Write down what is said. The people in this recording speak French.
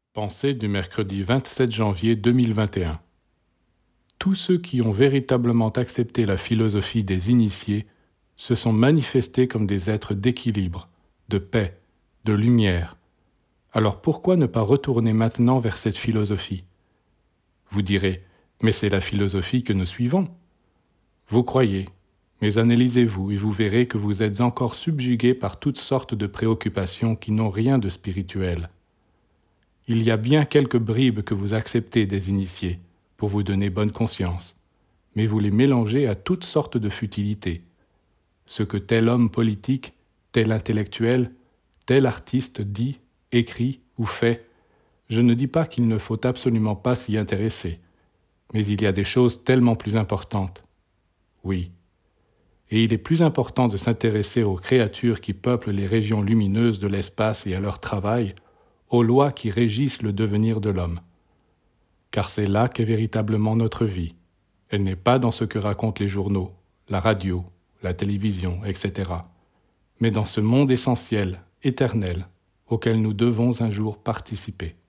Pensée du mercredi 27 janvier 2021. Tous ceux qui ont véritablement accepté la philosophie des initiés se sont manifestés comme des êtres d'équilibre, de paix, de lumière. Alors pourquoi ne pas retourner maintenant vers cette philosophie? Vous direz, mais c'est la philosophie que nous suivons. Vous croyez, mais analysez-vous et vous verrez que vous êtes encore subjugués par toutes sortes de préoccupations qui n'ont rien de spirituel. Il y a bien quelques bribes que vous acceptez des initiés, pour vous donner bonne conscience, mais vous les mélangez à toutes sortes de futilités. Ce que tel homme politique, tel intellectuel, tel artiste dit, écrit ou fait, je ne dis pas qu'il ne faut absolument pas s'y intéresser, mais il y a des choses tellement plus importantes. Oui. Et il est plus important de s'intéresser aux créatures qui peuplent les régions lumineuses de l'espace et à leur travail, aux lois qui régissent le devenir de l'homme. Car c'est là qu'est véritablement notre vie. Elle n'est pas dans ce que racontent les journaux, la radio, la télévision, etc., mais dans ce monde essentiel, éternel, auquel nous devons un jour participer.